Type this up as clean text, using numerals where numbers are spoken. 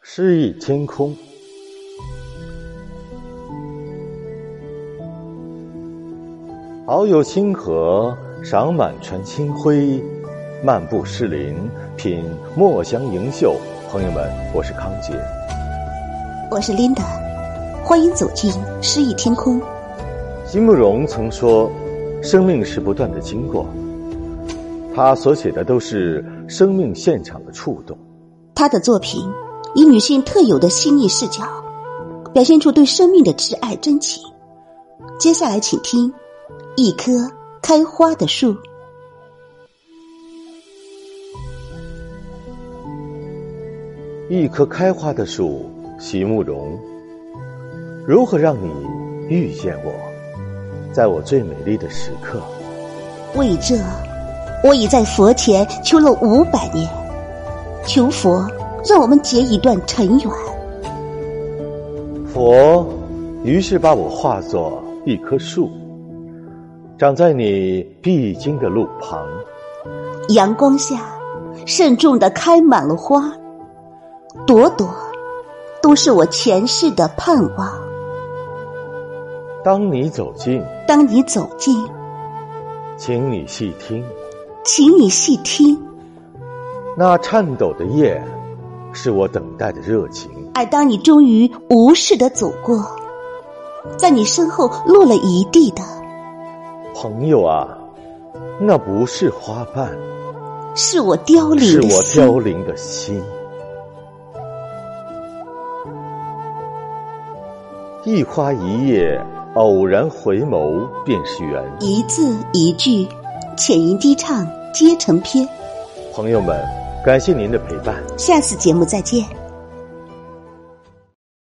诗意天空。遨游星河，赏满船清辉，漫步诗林，品墨香盈袖。朋友们，我是康杰， 我是 Linda， 欢迎走进诗意天空。 席慕容曾说，生命是不断的经过，他所写的都是生命现场的触动。 他的作品以女性特有的细腻视角，表现出对生命的挚爱真情。接下来请听一棵开花的树。 一棵开花的树，席慕容。如何让你遇见我，在我最美丽的时刻？ 为这，我已在佛前求了500年，求佛让我们结一段尘缘。 佛于是把我化作一棵树，长在你必经的路旁。 阳光下慎重地开满了花，朵朵都是我前世的盼望。 当你走近，请你细听，那颤抖的叶是我等待的热情。 而当你终于无视地走过，在你身后落了一地的朋友啊，那不是花瓣， 是我凋零的心。一花一叶，偶然回眸便是缘。 一字一句，浅吟低唱皆成篇。 朋友们，感谢您的陪伴， 下次节目再见。